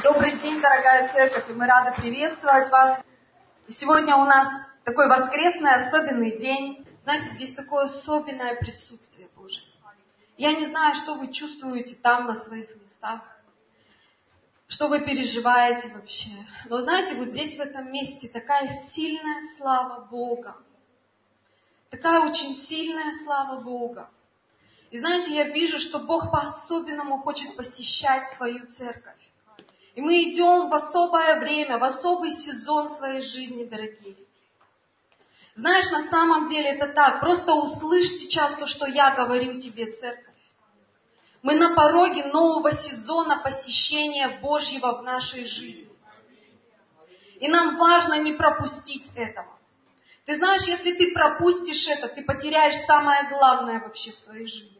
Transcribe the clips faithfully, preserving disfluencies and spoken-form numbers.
Добрый день, дорогая церковь, и мы рады приветствовать вас. И сегодня у нас такой воскресный, особенный день. Знаете, здесь такое особенное присутствие Божие. Я не знаю, что вы чувствуете там на своих местах, что вы переживаете вообще. Но знаете, вот здесь, в этом месте, такая сильная слава Бога. Такая очень сильная слава Бога. И знаете, я вижу, что Бог по-особенному хочет посещать свою церковь. И мы идем в особое время, в особый сезон своей жизни, дорогие. Знаешь, на самом деле это так. Просто услышь сейчас то, что я говорю тебе, церковь. Мы на пороге нового сезона посещения Божьего в нашей жизни. И нам важно не пропустить этого. Ты знаешь, если ты пропустишь это, ты потеряешь самое главное вообще в своей жизни.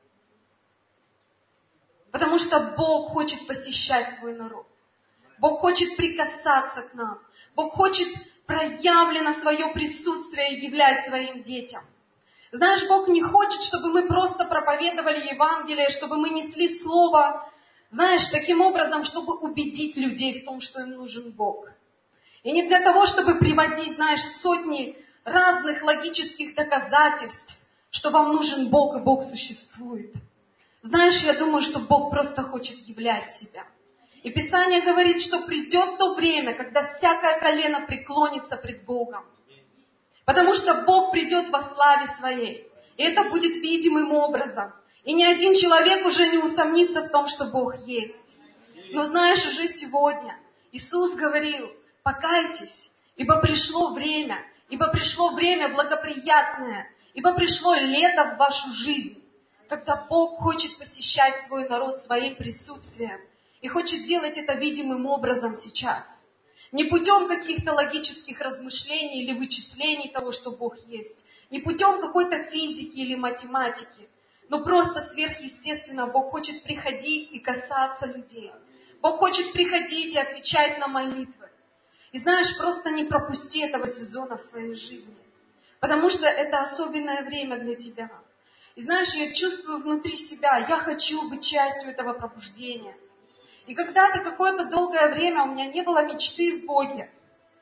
Потому что Бог хочет посещать свой народ. Бог хочет прикасаться к нам. Бог хочет проявлено свое присутствие являть своим детям. Знаешь, Бог не хочет, чтобы мы просто проповедовали Евангелие, чтобы мы несли Слово, знаешь, таким образом, чтобы убедить людей в том, что им нужен Бог. И не для того, чтобы приводить, знаешь, сотни разных логических доказательств, что вам нужен Бог и Бог существует. Знаешь, я думаю, что Бог просто хочет являть себя. И Писание говорит, что придет то время, когда всякое колено преклонится пред Богом. Потому что Бог придет во славе Своей. И это будет видимым образом. И ни один человек уже не усомнится в том, что Бог есть. Но знаешь, уже сегодня Иисус говорил: покайтесь, ибо пришло время, ибо пришло время благоприятное, ибо пришло лето в вашу жизнь. Когда Бог хочет посещать свой народ своим присутствием и хочет делать это видимым образом сейчас. Не путем каких-то логических размышлений или вычислений того, что Бог есть. Не путем какой-то физики или математики. Но просто сверхъестественно Бог хочет приходить и касаться людей. Бог хочет приходить и отвечать на молитвы. И знаешь, просто не пропусти этого сезона в своей жизни. Потому что это особенное время для тебя. И знаешь, я чувствую внутри себя, я хочу быть частью этого пробуждения. И когда-то, какое-то долгое время у меня не было мечты в Боге.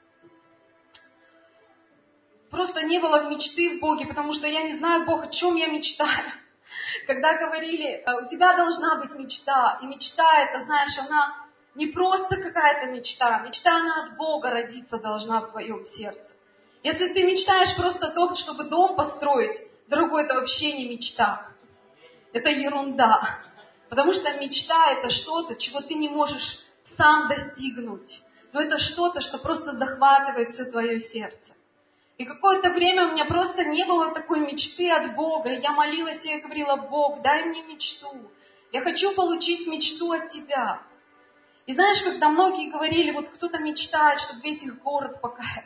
Просто не было мечты в Боге, потому что я не знаю, Бог, о чем я мечтаю. Когда говорили, у тебя должна быть мечта. И мечта это, знаешь, она не просто какая-то мечта. Мечта, она от Бога родиться должна в твоем сердце. Если ты мечтаешь просто о том, чтобы дом построить, дорогой, это вообще не мечта. Это ерунда. Потому что мечта это что-то, чего ты не можешь сам достигнуть. Но это что-то, что просто захватывает все твое сердце. И какое-то время у меня просто не было такой мечты от Бога. И я молилась, и я говорила: Бог, дай мне мечту. Я хочу получить мечту от Тебя. И знаешь, когда многие говорили, вот кто-то мечтает, чтобы весь их город покаялся.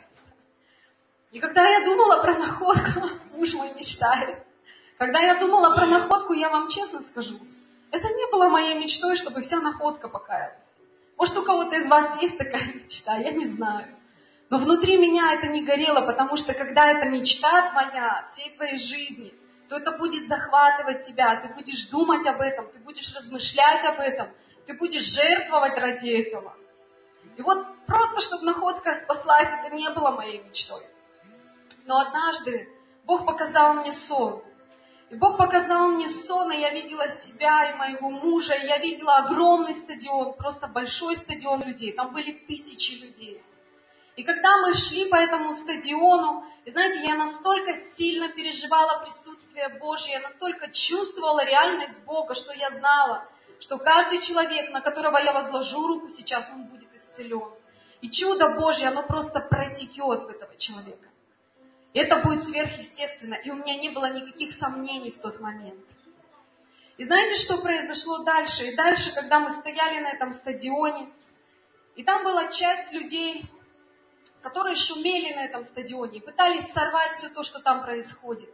И когда я думала про находку, муж мой мечтает. Когда я думала про находку, я вам честно скажу, это не было моей мечтой, чтобы вся находка покаялась. Может, у кого-то из вас есть такая мечта, я не знаю. Но внутри меня это не горело, потому что когда это мечта твоя, всей твоей жизни, то это будет захватывать тебя, ты будешь думать об этом, ты будешь размышлять об этом, ты будешь жертвовать ради этого. И вот просто, чтобы находка спаслась, это не было моей мечтой. Но однажды Бог показал мне сон. И Бог показал мне сон, и я видела себя и моего мужа, и я видела огромный стадион, просто большой стадион людей. Там были тысячи людей. И когда мы шли по этому стадиону, и знаете, я настолько сильно переживала присутствие Божье, я настолько чувствовала реальность Бога, что я знала, что каждый человек, на которого я возложу руку сейчас, он будет исцелен. И чудо Божье, оно просто протекет в этого человека. И это будет сверхъестественно. И у меня не было никаких сомнений в тот момент. И знаете, что произошло дальше? И дальше, когда мы стояли на этом стадионе, и там была часть людей, которые шумели на этом стадионе, и пытались сорвать все то, что там происходит.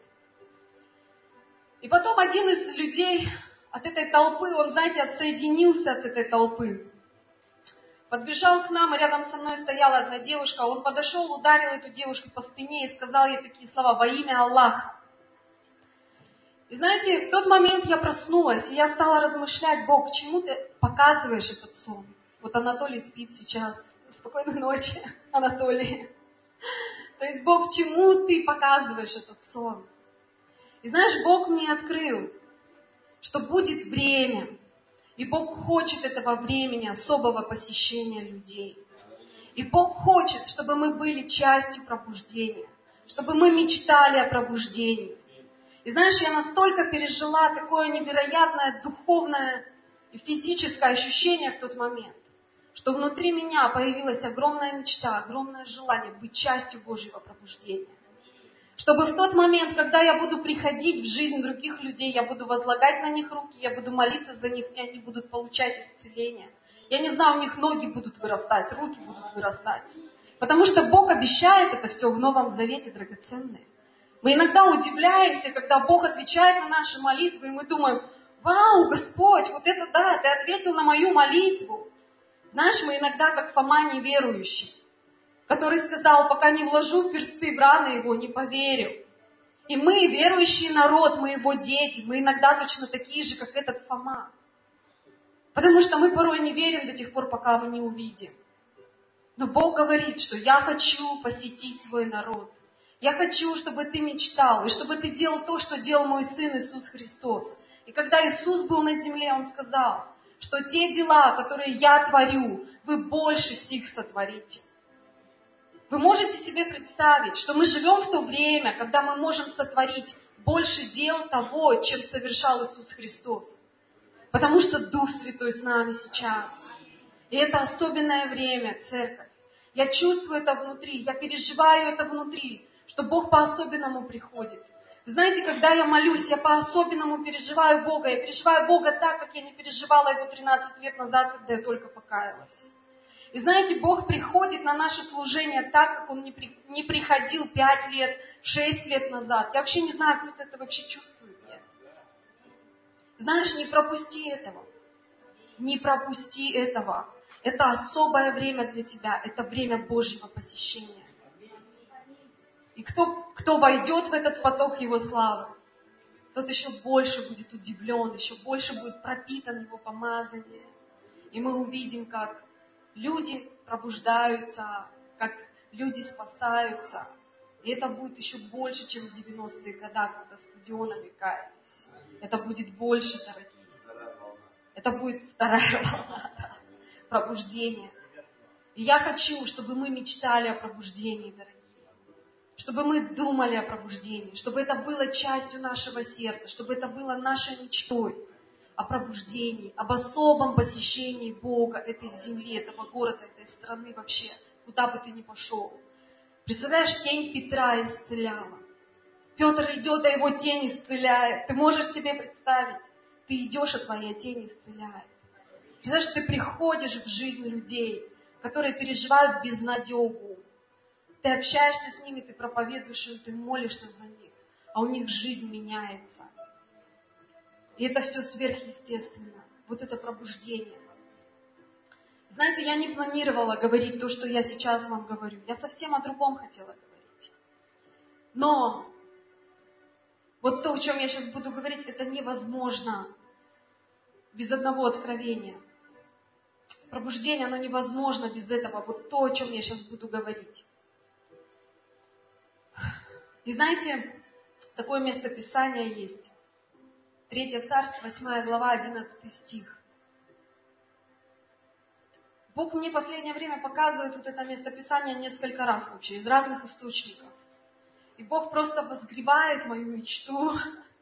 И потом один из людей от этой толпы, он, знаете, отсоединился от этой толпы. Подбежал к нам, и рядом со мной стояла одна девушка. Он подошел, ударил эту девушку по спине и сказал ей такие слова: во имя Аллаха. И знаете, в тот момент я проснулась, и я стала размышлять: Бог, к чему ты показываешь этот сон? Вот Анатолий спит сейчас. Спокойной ночи, Анатолий. То есть Бог, чему ты показываешь этот сон? И знаешь, Бог мне открыл, что будет время, и Бог хочет этого времени, особого посещения людей. И Бог хочет, чтобы мы были частью пробуждения, чтобы мы мечтали о пробуждении. И знаешь, я настолько пережила такое невероятное духовное и физическое ощущение в тот момент, что внутри меня появилась огромная мечта, огромное желание быть частью Божьего пробуждения. Чтобы в тот момент, когда я буду приходить в жизнь других людей, я буду возлагать на них руки, я буду молиться за них, и они будут получать исцеление. Я не знаю, у них ноги будут вырастать, руки будут вырастать. Потому что Бог обещает это все в Новом Завете, драгоценное. Мы иногда удивляемся, когда Бог отвечает на наши молитвы, и мы думаем: вау, Господь, вот это да, Ты ответил на мою молитву. Знаешь, мы иногда как Фома неверующий, который сказал: пока не вложу персты в раны его, не поверю. И мы, верующий народ, мы его дети, мы иногда точно такие же, как этот Фома. Потому что мы порой не верим до тех пор, пока мы не увидим. Но Бог говорит, что я хочу посетить свой народ. Я хочу, чтобы ты мечтал, и чтобы ты делал то, что делал мой Сын Иисус Христос. И когда Иисус был на земле, Он сказал, что те дела, которые я творю, вы больше сих сотворите. Вы можете себе представить, что мы живем в то время, когда мы можем сотворить больше дел того, чем совершал Иисус Христос. Потому что Дух Святой с нами сейчас. И это особенное время, церковь. Я чувствую это внутри, я переживаю это внутри, что Бог по-особенному приходит. Вы знаете, когда я молюсь, я по-особенному переживаю Бога. Я переживаю Бога так, как я не переживала Его тринадцать лет назад, когда я только покаялась. И знаете, Бог приходит на наше служение так, как Он не, при, не приходил пять лет, шесть лет назад. Я вообще не знаю, кто-то это вообще чувствует. Нет. Знаешь, не пропусти этого. Не пропусти этого. Это особое время для тебя. Это время Божьего посещения. И кто, кто войдет в этот поток Его славы, тот еще больше будет удивлен, еще больше будет пропитан Его помазание. И мы увидим, как люди пробуждаются, как люди спасаются. И это будет еще больше, чем в девяностые годы, когда с Гедеонами каялись. Это будет больше, дорогие. Это будет вторая волна пробуждения. И я хочу, чтобы мы мечтали о пробуждении, дорогие. Чтобы мы думали о пробуждении, чтобы это было частью нашего сердца, чтобы это было нашей мечтой о пробуждении, об особом посещении Бога, этой земли, этого города, этой страны вообще, куда бы ты ни пошел. Представляешь, тень Петра исцеляла. Петр идет, а его тень исцеляет. Ты можешь себе представить, ты идешь, а твоя тень исцеляет. Представляешь, ты приходишь в жизнь людей, которые переживают безнадегу. Ты общаешься с ними, ты проповедуешь им, ты молишься за них, а у них жизнь меняется. И это все сверхъестественно. Вот это пробуждение. Знаете, я не планировала говорить то, что я сейчас вам говорю. Я совсем о другом хотела говорить. Но вот то, о чем я сейчас буду говорить, это невозможно без одного откровения. Пробуждение, оно невозможно без этого. Вот то, о чем я сейчас буду говорить. И знаете, такое местописание есть. Третье царство, восьмая глава, одиннадцатый стих. Бог мне в последнее время показывает вот это местописание несколько раз вообще, из разных источников. И Бог просто возгревает мою мечту.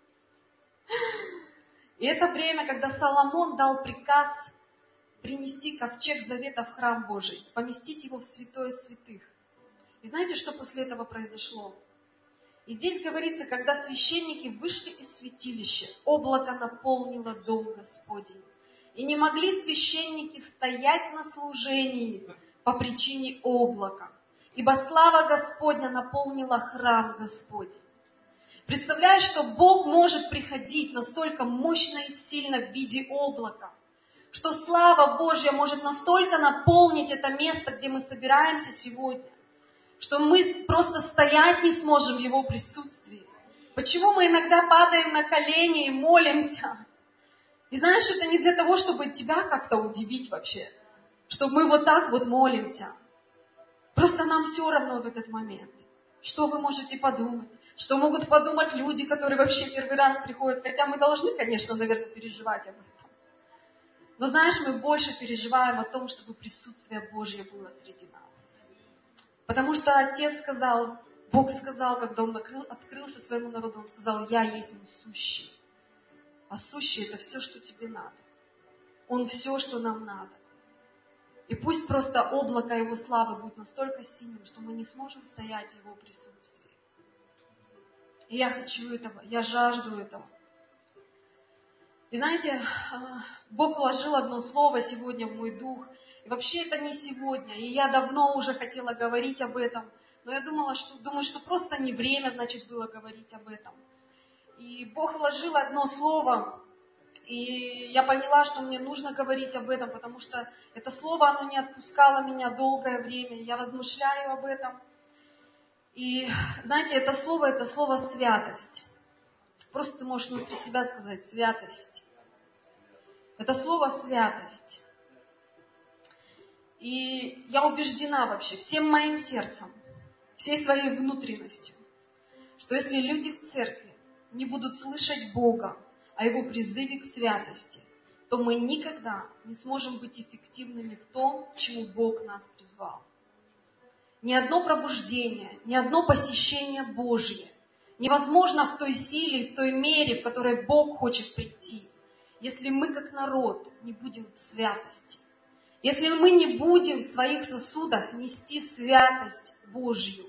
И это время, когда Соломон дал приказ принести ковчег завета в храм Божий, поместить его в святое святых. И знаете, что после этого произошло? И здесь говорится, когда священники вышли из святилища, облако наполнило дом Господень. И не могли священники стоять на служении по причине облака, ибо слава Господня наполнила храм Господень. Представляешь, что Бог может приходить настолько мощно и сильно в виде облака, что слава Божья может настолько наполнить это место, где мы собираемся сегодня, что мы просто стоять не сможем в Его присутствии. Почему мы иногда падаем на колени и молимся? И знаешь, это не для того, чтобы тебя как-то удивить вообще. что мы вот так вот молимся. Просто нам все равно в этот момент. Что вы можете подумать? Что могут подумать люди, которые вообще первый раз приходят? Хотя мы должны, конечно, наверное, переживать об этом. Но знаешь, мы больше переживаем о том, чтобы присутствие Божье было среди нас. Потому что Отец сказал, Бог сказал, когда Он открыл, открылся своему народу, Он сказал: «Я есть сущий». А сущий – это все, что тебе надо. Он все, что нам надо. И пусть просто облако Его славы будет настолько сильным, что мы не сможем стоять в Его присутствии. И я хочу этого, я жажду этого. И знаете, Бог вложил одно слово сегодня в мой дух. И вообще это не сегодня. И я давно уже хотела говорить об этом. Но я думала, что, думаю, что просто не время, значит, было говорить об этом. И Бог вложил одно слово. И я поняла, что мне нужно говорить об этом, потому что это слово, оно не отпускало меня долгое время. Я размышляю об этом. И знаете, это слово, это слово «святость». Просто ты можешь внутри себя сказать «святость». Это слово «святость». И я убеждена вообще всем моим сердцем, всей своей внутренностью, что если люди в церкви не будут слышать Бога о Его призыве к святости, то мы никогда не сможем быть эффективными в том, к чему Бог нас призвал. Ни одно пробуждение, ни одно посещение Божье невозможно в той силе и в той мере, в которой Бог хочет прийти, если мы как народ не будем в святости. Если мы не будем в своих сосудах нести святость Божью.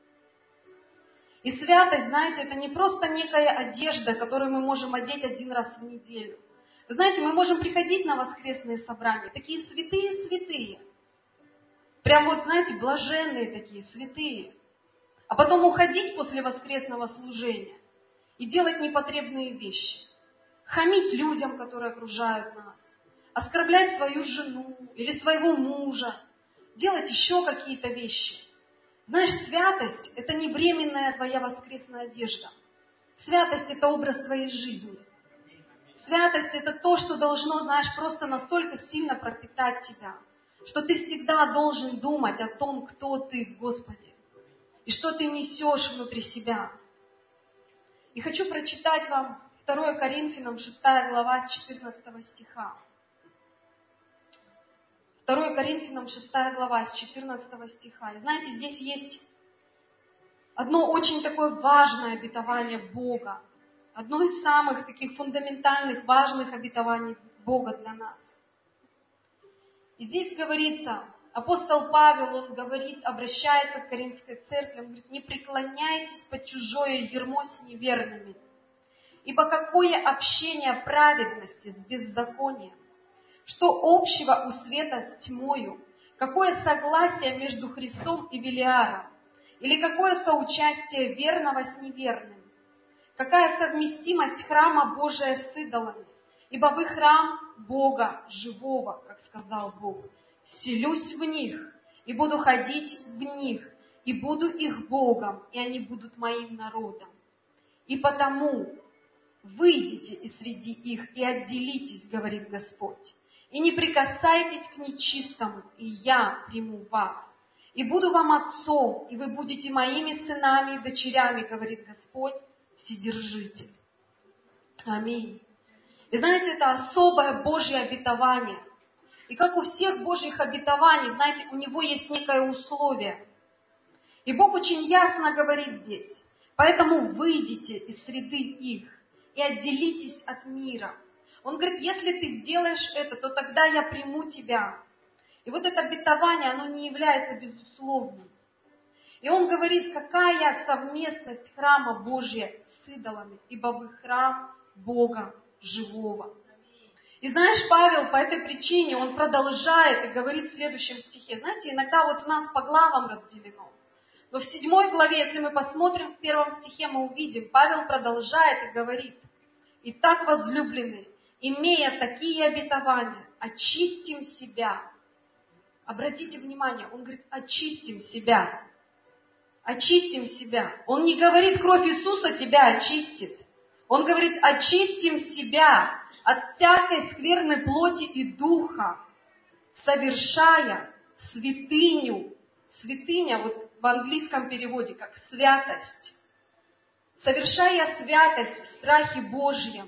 И святость, знаете, это не просто некая одежда, которую мы можем одеть один раз в неделю. Вы знаете, мы можем приходить на воскресные собрания, такие святые-святые. Прям вот, знаете, блаженные такие, святые. А потом уходить после воскресного служения и делать непотребные вещи. Хамить людям, которые окружают нас. Оскорблять свою жену или своего мужа. Делать еще какие-то вещи. Знаешь, святость – это не временная твоя воскресная одежда. Святость – это образ твоей жизни. Святость – это то, что должно, знаешь, просто настолько сильно пропитать тебя, что ты всегда должен думать о том, кто ты в Господе и что ты несешь внутри себя. И хочу прочитать вам второе Коринфянам, шестая глава, с четырнадцатого стиха. второе Коринфянам, шестая глава, с четырнадцатого стиха. И знаете, здесь есть одно очень такое важное обетование Бога. Одно из самых таких фундаментальных, важных обетований Бога для нас. И здесь говорится, апостол Павел, он говорит, обращается к Коринфской церкви, он говорит: «Не преклоняйтесь под чужое ярмо с неверными, ибо какое общение праведности с беззаконием? Что общего у света с тьмою? Какое согласие между Христом и Велиаром? Или какое соучастие верного с неверным? Какая совместимость храма Божия с идолами? Ибо вы храм Бога живого, как сказал Бог. Вселюсь в них, и буду ходить в них, и буду их Богом, и они будут моим народом. И потому выйдите из среди их и отделитесь, говорит Господь, и не прикасайтесь к нечистому, и я приму вас. И буду вам отцом, и вы будете моими сынами и дочерями, говорит Господь, Вседержитель». Аминь. И знаете, это особое Божье обетование. И как у всех Божьих обетований, знаете, у него есть некое условие. И Бог очень ясно говорит здесь: «Поэтому выйдите из среды их и отделитесь от мира». Он говорит: если ты сделаешь это, то тогда я приму тебя. И вот это обетование, оно не является безусловным. И он говорит, какая совместность храма Божия с идолами, ибо вы храм Бога живого. И знаешь, Павел по этой причине, он продолжает и говорит в следующем стихе. Знаете, иногда вот у нас по главам разделено. Но в седьмой главе, если мы посмотрим в первом стихе, мы увидим, Павел продолжает и говорит: «Итак, возлюбленные, имея такие обетования, очистим себя». Обратите внимание, он говорит: очистим себя. Очистим себя. Он не говорит, кровь Иисуса тебя очистит. Он говорит, очистим себя от всякой скверной плоти и духа. совершая святыню. Святыня, вот в английском переводе, как святость. Совершая святость в страхе Божьем.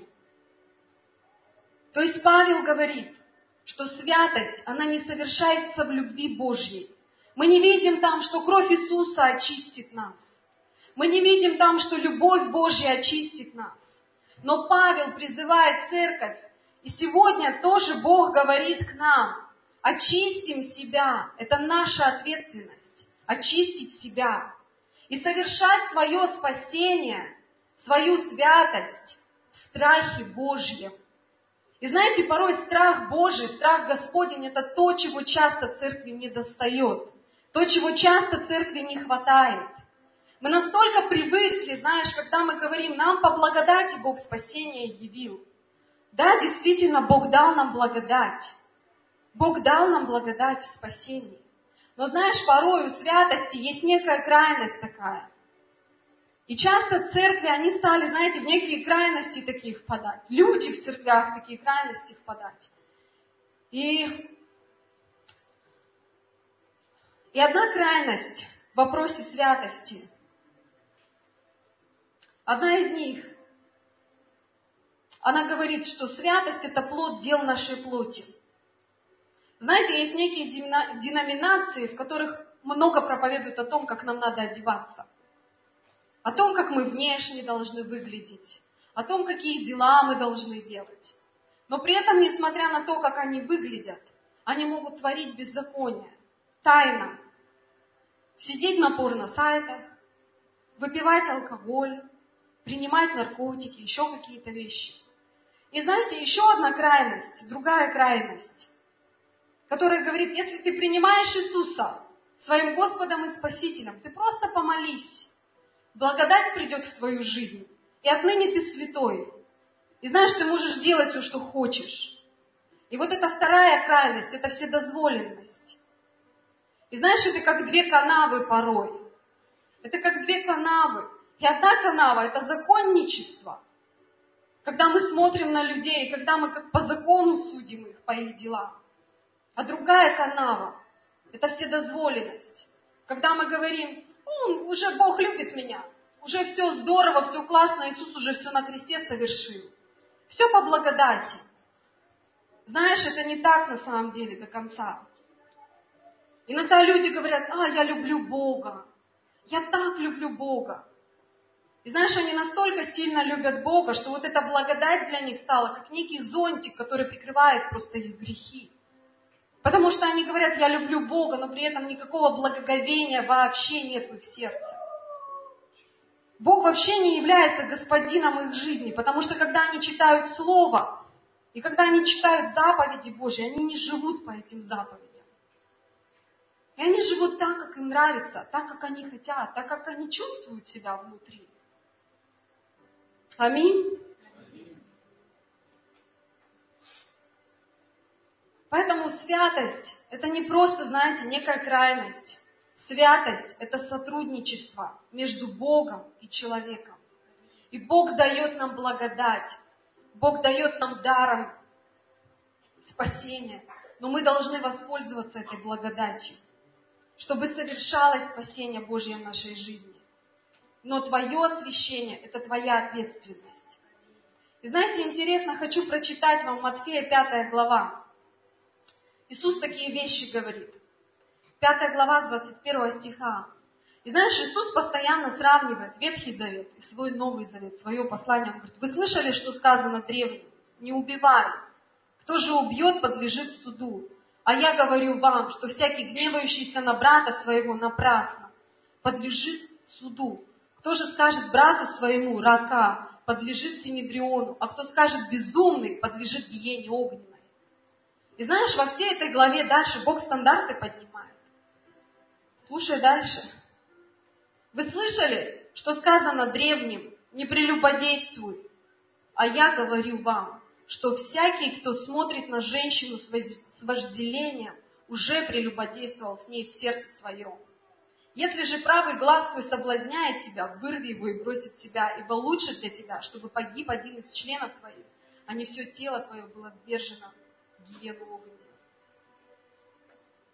То есть Павел говорит, что святость, она не совершается в любви Божьей. Мы не видим там, что кровь Иисуса очистит нас. Мы не видим там, что любовь Божья очистит нас. Но Павел призывает церковь, и сегодня тоже Бог говорит к нам, очистим себя, это наша ответственность, очистить себя и совершать свое спасение, свою святость в страхе Божьем. И знаете, порой страх Божий, страх Господень – это то, чего часто церкви не достает, то, чего часто церкви не хватает. Мы настолько привыкли, знаешь, когда мы говорим, нам по благодати Бог спасение явил. Да, действительно, Бог дал нам благодать. Бог дал нам благодать в спасении. Но знаешь, порой у святости есть некая крайность такая. И часто церкви, они стали, знаете, в некие крайности такие впадать. Люди в церквях в такие крайности впадать. И, и одна крайность в вопросе святости, одна из них, она говорит, что святость – это плод дел нашей плоти. Знаете, есть некие деноминации, в которых много проповедуют о том, как нам надо одеваться. О том, как мы внешне должны выглядеть. О том, какие дела мы должны делать. Но при этом, несмотря на то, как они выглядят, они могут творить беззаконие, тайно. Сидеть на порно-сайтах, выпивать алкоголь, принимать наркотики, еще какие-то вещи. И знаете, еще одна крайность, другая крайность, которая говорит, если ты принимаешь Иисуса своим Господом и Спасителем, ты просто помолись. Благодать придет в твою жизнь, и отныне ты святой. И знаешь, ты можешь делать все, что хочешь. И вот эта вторая крайность, это вседозволенность. И знаешь, это как две канавы порой. Это как две канавы. И одна канава – это законничество. Когда мы смотрим на людей, когда мы как по закону судим их, по их делам. А другая канава – это вседозволенность. Когда мы говорим, ну, уже Бог любит меня, уже все здорово, все классно, Иисус уже все на кресте совершил. Все по благодати. Знаешь, это не так на самом деле до конца. Иногда люди говорят, а, я люблю Бога, я так люблю Бога. И знаешь, они настолько сильно любят Бога, что вот эта благодать для них стала как некий зонтик, который прикрывает просто их грехи. Потому что они говорят, я люблю Бога, но при этом никакого благоговения вообще нет в их сердце. Бог вообще не является господином их жизни, потому что когда они читают Слово, и когда они читают заповеди Божьи, они не живут по этим заповедям. И они живут так, как им нравится, так, как они хотят, так, как они чувствуют себя внутри. Аминь. Поэтому святость – это не просто, знаете, некая крайность. Святость – это сотрудничество между Богом и человеком. И Бог дает нам благодать. Бог дает нам даром спасения. Но мы должны воспользоваться этой благодатью, чтобы совершалось спасение Божье в нашей жизни. Но твое освящение – это твоя ответственность. И знаете, интересно, хочу прочитать вам Матфея пятая глава. Иисус такие вещи говорит. пятая глава с двадцать первого стиха. И знаешь, Иисус постоянно сравнивает Ветхий Завет и свой Новый Завет, свое послание. Он говорит, вы слышали, что сказано древним? Не убивай. Кто же убьет, подлежит суду. А я говорю вам, что всякий гневающийся на брата своего напрасно подлежит суду. Кто же скажет брату своему рака, подлежит синедриону, а кто скажет безумный, подлежит гиене огненной. И знаешь, во всей этой главе дальше Бог стандарты поднимает. Слушай дальше. Вы слышали, что сказано древним, не прелюбодействуй. А я говорю вам, что всякий, кто смотрит на женщину с вожделением, уже прелюбодействовал с ней в сердце своем. Если же правый глаз твой соблазняет тебя, вырви его и брось от себя, ибо лучше для тебя, чтобы погиб один из членов твоих, а не все тело твое было ввержено в гиену огненную.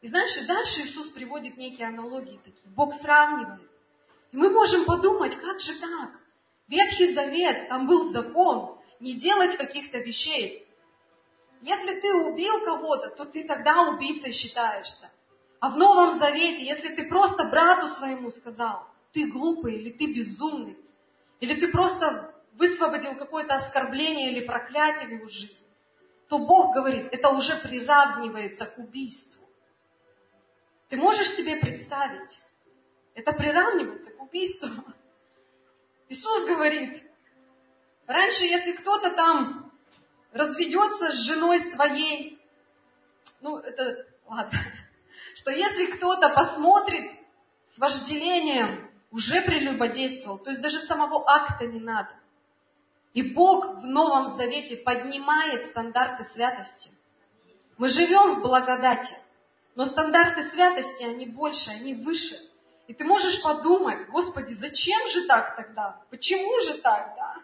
И знаешь, и дальше Иисус приводит некие аналогии такие. Бог сравнивает. И мы можем подумать, как же так? Ветхий Завет, там был закон, не делать каких-то вещей. Если ты убил кого-то, то ты тогда убийцей считаешься. А в Новом Завете, если ты просто брату своему сказал, ты глупый или ты безумный, или ты просто высвободил какое-то оскорбление или проклятие в его жизни, то Бог говорит, это уже приравнивается к убийству. Ты можешь себе представить? Это приравнивается к убийству. Иисус говорит, раньше, если кто-то там разведется с женой своей, ну, это, ладно, что если кто-то посмотрит с вожделением, уже прелюбодействовал, то есть даже самого акта не надо. И Бог в Новом Завете поднимает стандарты святости. Мы живем в благодати, но стандарты святости, они больше, они выше. И ты можешь подумать, Господи, зачем же так тогда? Почему же так, да?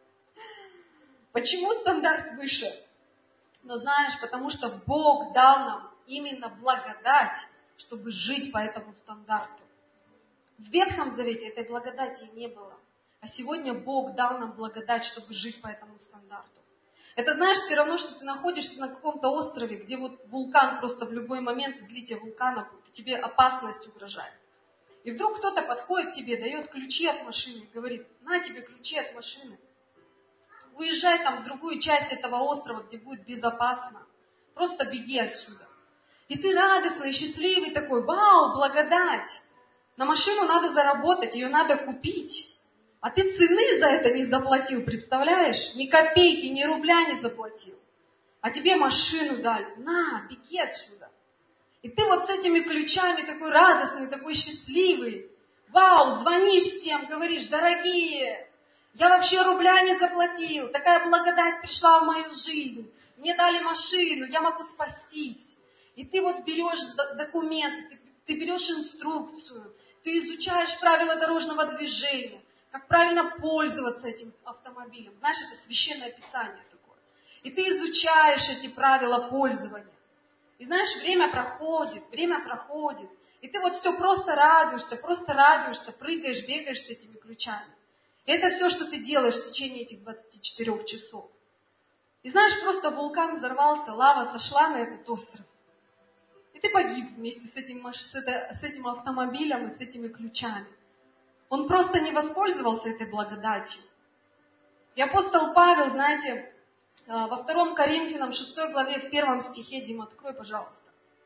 Почему стандарт выше? Но знаешь, потому что Бог дал нам именно благодать, чтобы жить по этому стандарту. В Ветхом Завете этой благодати не было. А сегодня Бог дал нам благодать, чтобы жить по этому стандарту. Это, знаешь, все равно, что ты находишься на каком-то острове, где вот вулкан просто в любой момент, излитие вулкана, тебе опасность угрожает. И вдруг кто-то подходит к тебе, дает ключи от машины, говорит, на тебе ключи от машины. Уезжай там в другую часть этого острова, где будет безопасно. Просто беги отсюда. И ты радостный, счастливый такой, вау, благодать. На машину надо заработать, ее надо купить. А ты цены за это не заплатил, представляешь? Ни копейки, ни рубля не заплатил. А тебе машину дали. На, беги отсюда. И ты вот с этими ключами такой радостный, такой счастливый. Вау, звонишь всем, говоришь, дорогие, я вообще рубля не заплатил. Такая благодать пришла в мою жизнь. Мне дали машину, я могу спастись. И ты вот берешь документы, ты, ты берешь инструкцию, ты изучаешь правила дорожного движения, как правильно пользоваться этим автомобилем. Знаешь, это священное писание такое. И ты изучаешь эти правила пользования. И знаешь, время проходит, время проходит. И ты вот все просто радуешься, просто радуешься, прыгаешь, бегаешь с этими ключами. И это все, что ты делаешь в течение этих двадцати четырёх часов. И знаешь, просто вулкан взорвался, лава сошла на этот остров. И ты погиб вместе с этим, с, это, с этим автомобилем и с этими ключами. Он просто не воспользовался этой благодатью. И апостол Павел, знаете, во втором Коринфянам, шестой главе, в первом стихе, Дима, открой, пожалуйста.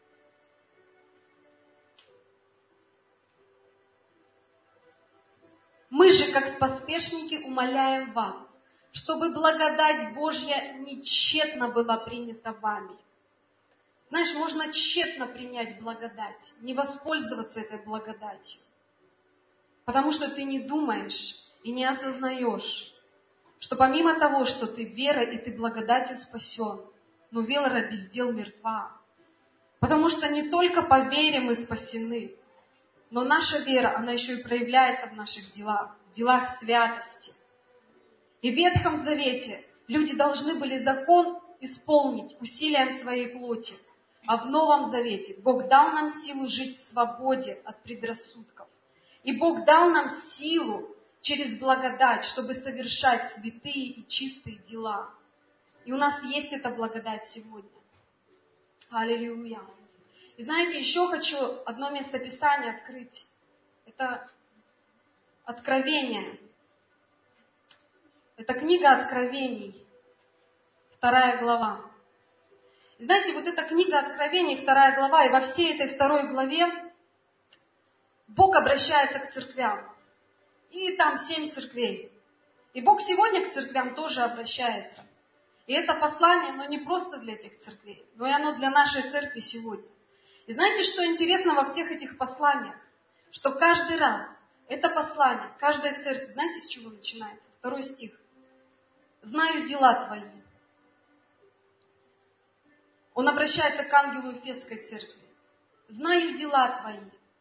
Мы же, как поспешники, умоляем вас, чтобы благодать Божья нечетно была принята вами. Знаешь, можно тщетно принять благодать, не воспользоваться этой благодатью. Потому что ты не думаешь и не осознаешь, что помимо того, что ты верой и ты благодатью спасен, но вера без дел мертва. Потому что не только по вере мы спасены, но наша вера, она еще и проявляется в наших делах, в делах святости. И в Ветхом Завете люди должны были закон исполнить усилием своей плоти. А в Новом Завете Бог дал нам силу жить в свободе от предрассудков. И Бог дал нам силу через благодать, чтобы совершать святые и чистые дела. И у нас есть эта благодать сегодня. Аллилуйя. И знаете, еще хочу одно местописание открыть. Это Откровение. Это книга Откровений, вторая глава. И знаете, вот эта книга Откровений, вторая глава, и во всей этой второй главе Бог обращается к церквям. И там семь церквей. И Бог сегодня к церквям тоже обращается. И это послание, оно не просто для этих церквей, но и оно для нашей церкви сегодня. И знаете, что интересно во всех этих посланиях? Что каждый раз это послание, каждая церковь, знаете, с чего начинается? Второй стих. «Знаю дела твои». Он обращается к ангелу Ефесской церкви. «Знаю дела твои».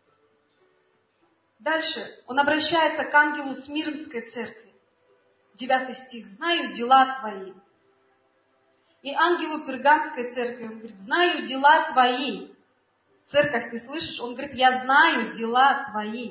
Дальше он обращается к ангелу Смирнской церкви. Девятый стих. «Знаю дела твои». И ангелу Перганской церкви он говорит: «Знаю дела твои». Церковь, ты слышишь? Он говорит, я знаю дела твои.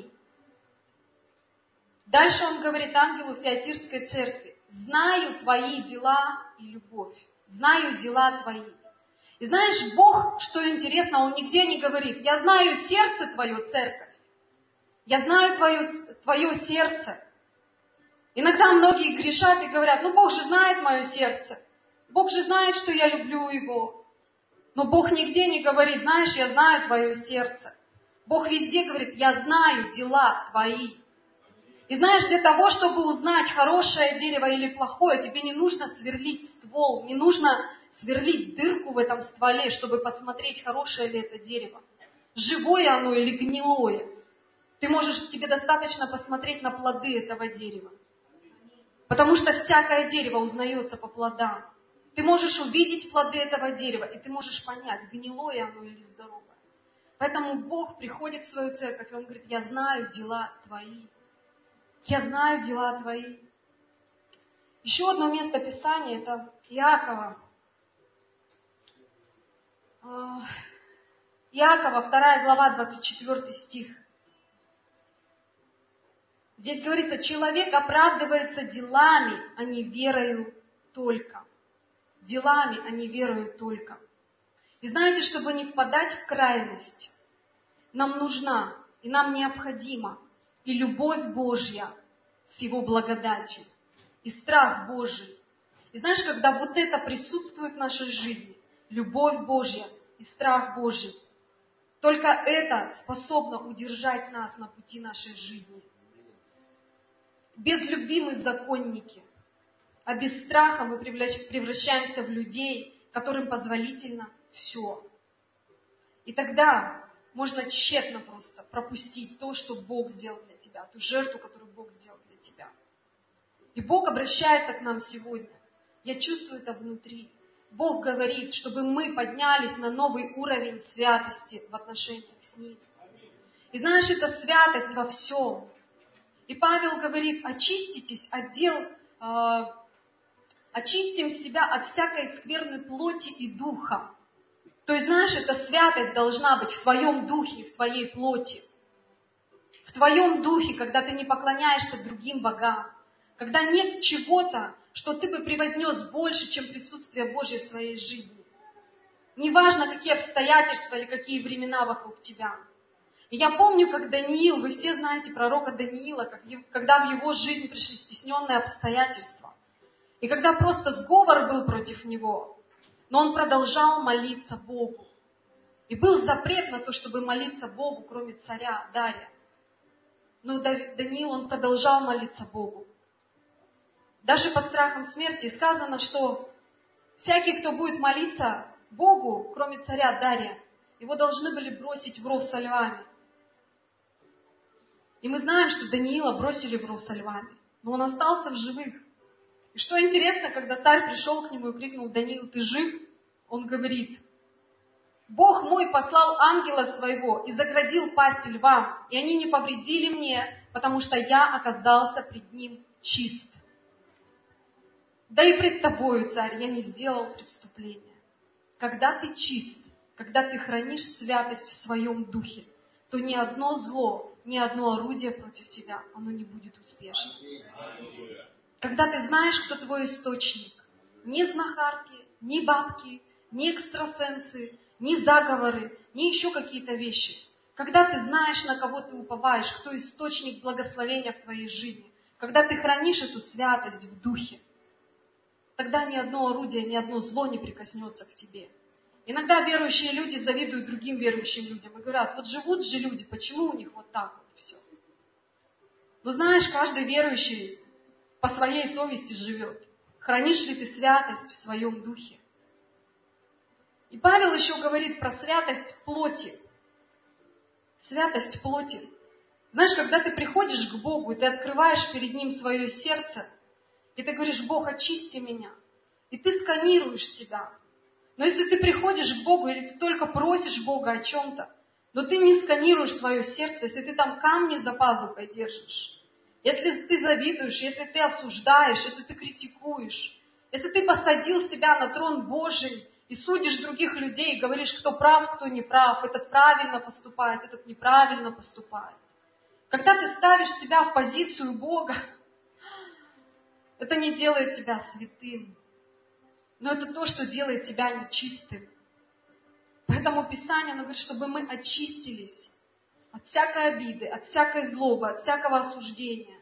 Дальше он говорит ангелу Фиатирской церкви, знаю твои дела и любовь. Знаю дела твои. И знаешь, Бог, что интересно, Он нигде не говорит, я знаю сердце твое, церковь. Я знаю твое, твое сердце. Иногда многие грешат и говорят, ну Бог же знает мое сердце. Бог же знает, что я люблю Его. Но Бог нигде не говорит, знаешь, я знаю твое сердце. Бог везде говорит, я знаю дела твои. И знаешь, для того, чтобы узнать, хорошее дерево или плохое, тебе не нужно сверлить ствол, не нужно сверлить дырку в этом стволе, чтобы посмотреть, хорошее ли это дерево. Живое оно или гнилое. Ты можешь, тебе достаточно посмотреть на плоды этого дерева. Потому что всякое дерево узнается по плодам. Ты можешь увидеть плоды этого дерева, и ты можешь понять, гнилое оно или здоровое. Поэтому Бог приходит в свою церковь, и Он говорит, я знаю дела твои. Я знаю дела твои. Еще одно место Писания, это Иакова. Иакова, вторая глава, двадцать четвёртый стих. Здесь говорится, человек оправдывается делами, а не верою только. Делами, а не верою только. И знаете, чтобы не впадать в крайность, нам нужна и нам необходима и любовь Божья с Его благодатью, и страх Божий. И знаешь, когда вот это присутствует в нашей жизни, любовь Божья и страх Божий, только это способно удержать нас на пути нашей жизни. Без любви мы законники, а без страха мы превращаемся в людей, которым позволительно все. И тогда можно тщетно просто пропустить то, что Бог сделал для тебя, ту жертву, которую Бог сделал для тебя. И Бог обращается к нам сегодня. Я чувствую это внутри. Бог говорит, чтобы мы поднялись на новый уровень святости в отношениях с Ним. И знаешь, это святость во всем. И Павел говорит, очиститесь от дел, э, очистим себя от всякой скверной плоти и духа. То есть, знаешь, эта святость должна быть в твоем духе и в твоей плоти. В твоем духе, когда ты не поклоняешься другим богам. Когда нет чего-то, что ты бы превознес больше, чем присутствие Божье в своей жизни. Неважно, какие обстоятельства или какие времена вокруг тебя. И я помню, как Даниил, вы все знаете пророка Даниила, как, когда в его жизнь пришли стесненные обстоятельства. И когда просто сговор был против него, но он продолжал молиться Богу. И был запрет на то, чтобы молиться Богу, кроме царя Дария. Но Даниил, он продолжал молиться Богу. Даже под страхом смерти. И сказано, что всякий, кто будет молиться Богу, кроме царя Дария, его должны были бросить в ров со львами. И мы знаем, что Даниила бросили в ров со львами. Но он остался в живых. И что интересно, когда царь пришел к нему и крикнул, Даниил, ты жив? Он говорит, Бог мой послал ангела своего и заградил пасть львам, и они не повредили мне, потому что я оказался пред ним чист. Да и пред тобою, царь, я не сделал преступления. Когда ты чист, когда ты хранишь святость в своем духе, то ни одно зло, ни одно орудие против тебя, оно не будет успешно. Когда ты знаешь, кто твой источник, ни знахарки, ни бабки, ни экстрасенсы, ни заговоры, ни еще какие-то вещи. Когда ты знаешь, на кого ты уповаешь, кто источник благословения в твоей жизни, когда ты хранишь эту святость в духе, тогда ни одно орудие, ни одно зло не прикоснется к тебе. Иногда верующие люди завидуют другим верующим людям и говорят, вот живут же люди, почему у них вот так вот все? Но знаешь, каждый верующий по своей совести живет. Хранишь ли ты святость в своем духе? И Павел еще говорит про святость плоти. Святость плоти. Знаешь, когда ты приходишь к Богу, и ты открываешь перед Ним свое сердце, и ты говоришь, Бог, очисти меня. И ты сканируешь себя. Но если ты приходишь к Богу, или ты только просишь Бога о чем-то, но ты не сканируешь свое сердце, если ты там камни за пазухой держишь, если ты завидуешь, если ты осуждаешь, если ты критикуешь, если ты посадил себя на трон Божий и судишь других людей, и говоришь, кто прав, кто не прав, этот правильно поступает, этот неправильно поступает. Когда ты ставишь себя в позицию Бога, это не делает тебя святым, но это то, что делает тебя нечистым. Поэтому Писание, оно говорит, чтобы мы очистились от всякой обиды, от всякой злобы, от всякого осуждения.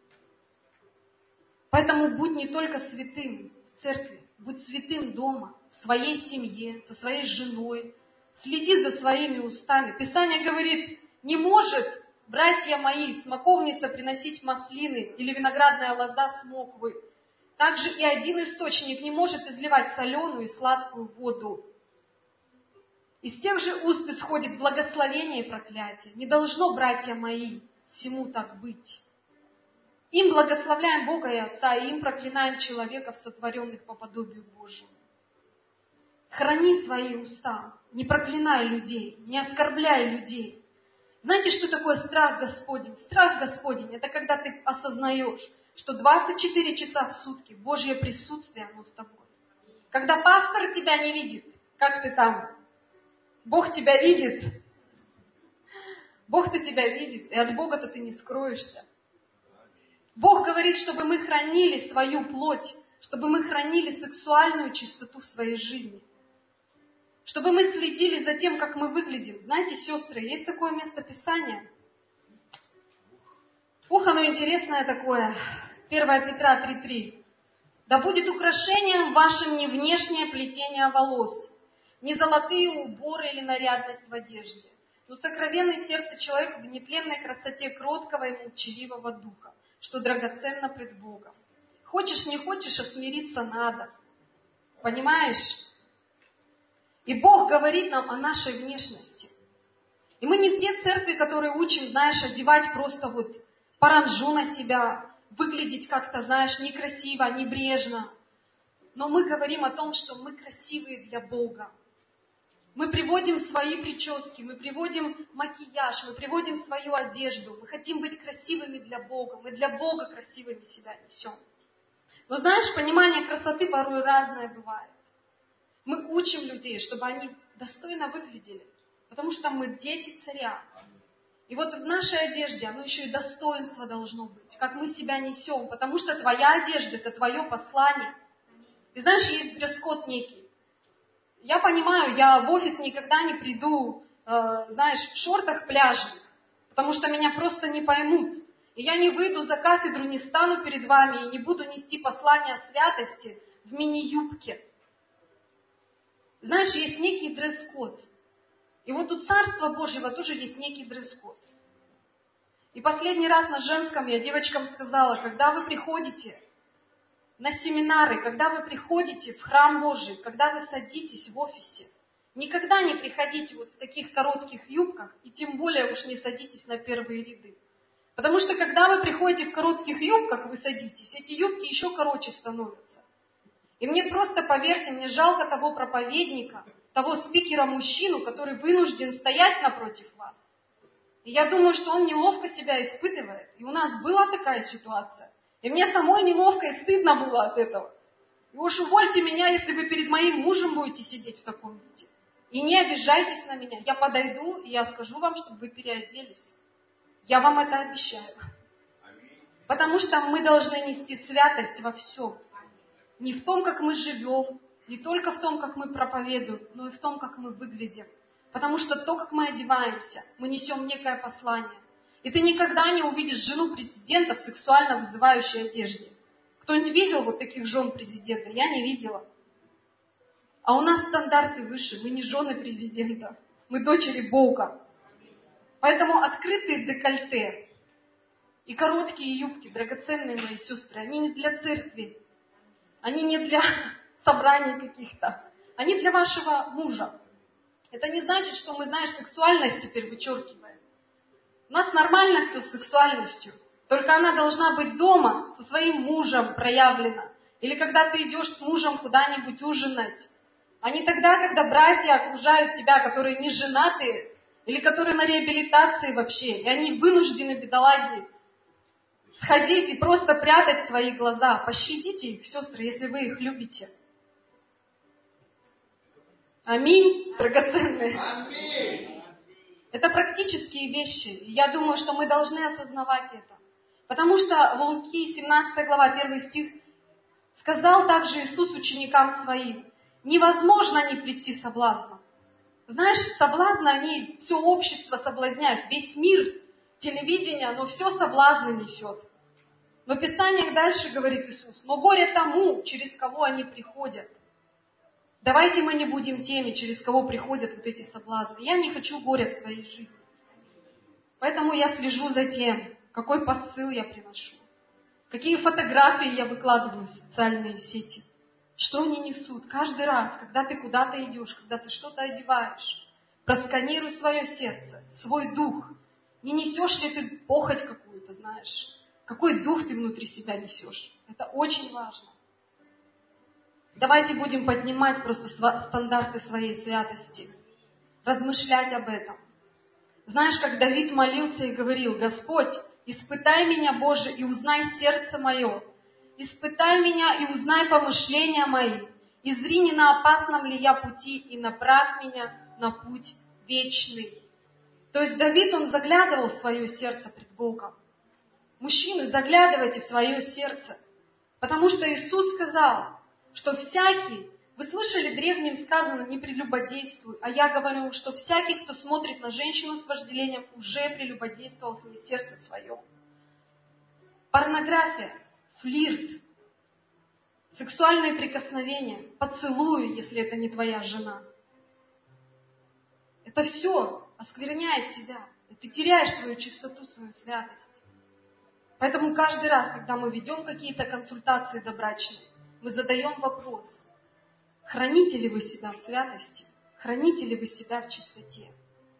Поэтому будь не только святым в церкви, будь святым дома, в своей семье, со своей женой. Следи за своими устами. Писание говорит, не может, братья мои, смоковница приносить маслины или виноградная лоза смоквы. Также и один источник не может изливать соленую и сладкую воду. Из тех же уст исходит благословение и проклятие. Не должно, братья мои, всему так быть. Им благословляем Бога и Отца, и им проклинаем человеков, сотворенных по подобию Божьему. Храни свои уста, не проклинай людей, не оскорбляй людей. Знаете, что такое страх Господень? Страх Господень – это когда ты осознаешь, что двадцать четыре часа в сутки Божье присутствие, оно с тобой. Когда пастор тебя не видит, как ты там? Бог тебя видит. Бог-то тебя видит, и от Бога-то ты не скроешься. Бог говорит, чтобы мы хранили свою плоть, чтобы мы хранили сексуальную чистоту в своей жизни. Чтобы мы следили за тем, как мы выглядим. Знаете, сестры, есть такое место Писания. Ух, оно интересное такое. первое Петра три три. Да будет украшением вашим не внешнее плетение волос, не золотые уборы или нарядность в одежде, но сокровенное сердце человека в нетленной красоте кроткого и молчаливого духа, что драгоценно пред Богом. Хочешь, не хочешь, а смириться надо. Понимаешь? И Бог говорит нам о нашей внешности. И мы не те церкви, которые учим, знаешь, одевать просто вот паранджу на себя, выглядеть как-то, знаешь, некрасиво, небрежно. Но мы говорим о том, что мы красивые для Бога. Мы приводим свои прически, мы приводим макияж, мы приводим свою одежду. Мы хотим быть красивыми для Бога. Мы для Бога красивыми себя несем. Но знаешь, понимание красоты порой разное бывает. Мы учим людей, чтобы они достойно выглядели. Потому что мы дети царя. И вот в нашей одежде оно еще и достоинство должно быть. Как мы себя несем. Потому что твоя одежда – это твое послание. И знаешь, есть дресс-код некий. Я понимаю, я в офис никогда не приду, э, знаешь, в шортах пляжных, потому что меня просто не поймут. И я не выйду за кафедру, не стану перед вами и не буду нести послание о святости в мини-юбке. Знаешь, есть некий дресс-код. И вот у Царства Божьего тоже есть некий дресс-код. И последний раз на женском я девочкам сказала, когда вы приходите на семинары, когда вы приходите в храм Божий, когда вы садитесь в офисе, никогда не приходите вот в таких коротких юбках, и тем более уж не садитесь на первые ряды. Потому что когда вы приходите в коротких юбках, вы садитесь, эти юбки еще короче становятся. И мне просто, поверьте, мне жалко того проповедника, того спикера-мужчину, который вынужден стоять напротив вас. И я думаю, что он неловко себя испытывает. И у нас была такая ситуация. И мне самой неловко и стыдно было от этого. И уж увольте меня, если вы перед моим мужем будете сидеть в таком виде. И не обижайтесь на меня. Я подойду, и я скажу вам, чтобы вы переоделись. Я вам это обещаю. Потому что мы должны нести святость во всем. Не в том, как мы живем, не только в том, как мы проповедуем, но и в том, как мы выглядим. Потому что то, как мы одеваемся, мы несем некое послание. И ты никогда не увидишь жену президента в сексуально вызывающей одежде. Кто-нибудь видел вот таких жен президента? Я не видела. А у нас стандарты выше. Мы не жены президента. Мы дочери Бога. Поэтому открытые декольте и короткие юбки, драгоценные мои сестры, они не для церкви. Они не для собраний каких-то. Они для вашего мужа. Это не значит, что мы, знаешь, сексуальность теперь вычеркиваем. У нас нормально все с сексуальностью. Только она должна быть дома со своим мужем проявлена. Или когда ты идешь с мужем куда-нибудь ужинать. А не тогда, когда братья окружают тебя, которые не женатые, или которые на реабилитации вообще. И они вынуждены, бедолаги, сходить и просто прятать свои глаза. Пощадите их, сестры, если вы их любите. Аминь, драгоценные. Аминь. Это практические вещи. Я думаю, что мы должны осознавать это. Потому что в Луки, семнадцатая глава, первый стих, сказал также Иисус ученикам своим: невозможно не прийти соблазном. Знаешь, соблазны, они все общество соблазняют, весь мир, телевидение, оно все соблазны несет. Но в Писаниях дальше говорит Иисус: но горе тому, через кого они приходят. Давайте мы не будем теми, через кого приходят вот эти соблазны. Я не хочу горя в своей жизни. Поэтому я слежу за тем, какой посыл я приношу, какие фотографии я выкладываю в социальные сети, что они несут. Каждый раз, когда ты куда-то идешь, когда ты что-то одеваешь, просканируй свое сердце, свой дух. Не несешь ли ты похоть какую-то, знаешь? Какой дух ты внутри себя несешь? Это очень важно. Давайте будем поднимать просто стандарты своей святости, размышлять об этом. Знаешь, как Давид молился и говорил: Господь, испытай меня, Боже, и узнай сердце мое. Испытай меня и узнай помышления мои. И зри, не на опасном ли я пути, и направь меня на путь вечный. То есть Давид, он заглядывал в свое сердце пред Богом. Мужчины, заглядывайте в свое сердце. Потому что Иисус сказал, что всякий, вы слышали, древним сказано: не прелюбодействуй. А я говорю, что всякий, кто смотрит на женщину с вожделением, уже прелюбодействовал в ней сердце своем. Порнография, флирт, сексуальные прикосновения, поцелуи, если это не твоя жена. Это все оскверняет тебя. И ты теряешь свою чистоту, свою святость. Поэтому каждый раз, когда мы ведем какие-то консультации добрачные, мы задаем вопрос: храните ли вы себя в святости? Храните ли вы себя в чистоте?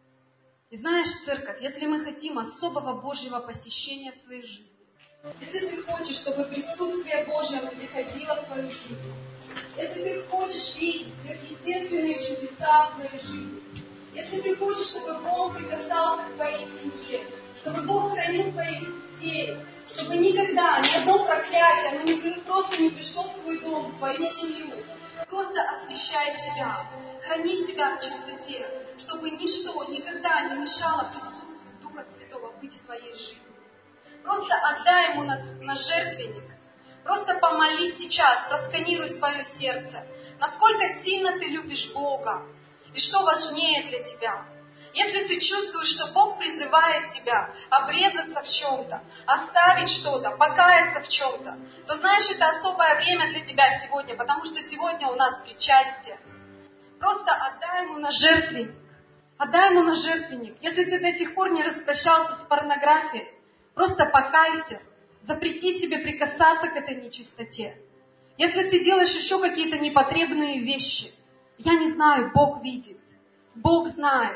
И знаешь, церковь, если мы хотим особого Божьего посещения в своей жизни, если ты хочешь, чтобы присутствие Божье приходило в твою жизнь, если ты хочешь видеть сверхъестественные чудеса в своей жизни, если ты хочешь, чтобы Бог прикасался к твоей семье, чтобы Бог хранил твоих детей, чтобы никогда ни одно проклятие, оно не, просто не пришло в свой дом, в твою семью, просто освящай себя, храни себя в чистоте, чтобы ничто никогда не мешало присутствию Духа Святого быть в твоей жизни. Просто отдай Ему на, на жертвенник. Просто помолись сейчас, просканируй свое сердце. Насколько сильно ты любишь Бога. И что важнее для тебя. Если ты чувствуешь, что Бог призывает тебя обрезаться в чем-то, оставить что-то, покаяться в чем-то, то знаешь, это особое время для тебя сегодня, потому что сегодня у нас причастие. Просто отдай Ему на жертвенник. Отдай Ему на жертвенник. Если ты до сих пор не распрощался с порнографией, просто покайся. Запрети себе прикасаться к этой нечистоте. Если ты делаешь еще какие-то непотребные вещи, я не знаю, Бог видит. Бог знает.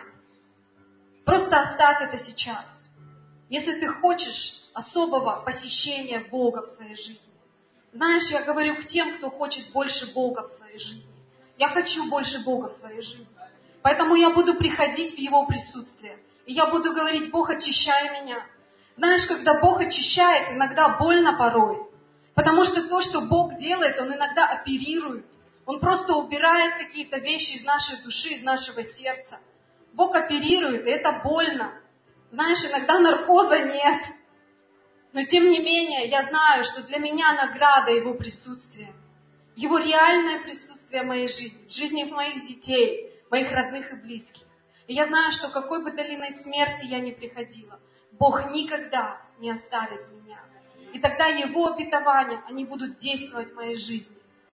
Просто оставь это сейчас. Если ты хочешь особого посещения Бога в своей жизни. Знаешь, я говорю к тем, кто хочет больше Бога в своей жизни. Я хочу больше Бога в своей жизни. Поэтому я буду приходить в Его присутствие. И я буду говорить: Бог, очищай меня. Знаешь, когда Бог очищает, иногда больно порой. Потому что то, что Бог делает, Он иногда оперирует. Он просто убирает какие-то вещи из нашей души, из нашего сердца. Бог оперирует, и это больно. Знаешь, иногда наркоза нет. Но тем не менее, я знаю, что для меня награда Его присутствия. Его реальное присутствие в моей жизни, в жизни моих детей, моих родных и близких. И я знаю, что какой бы долиной смерти я ни приходила, Бог никогда не оставит меня. И тогда Его обетования, они будут действовать в моей жизни.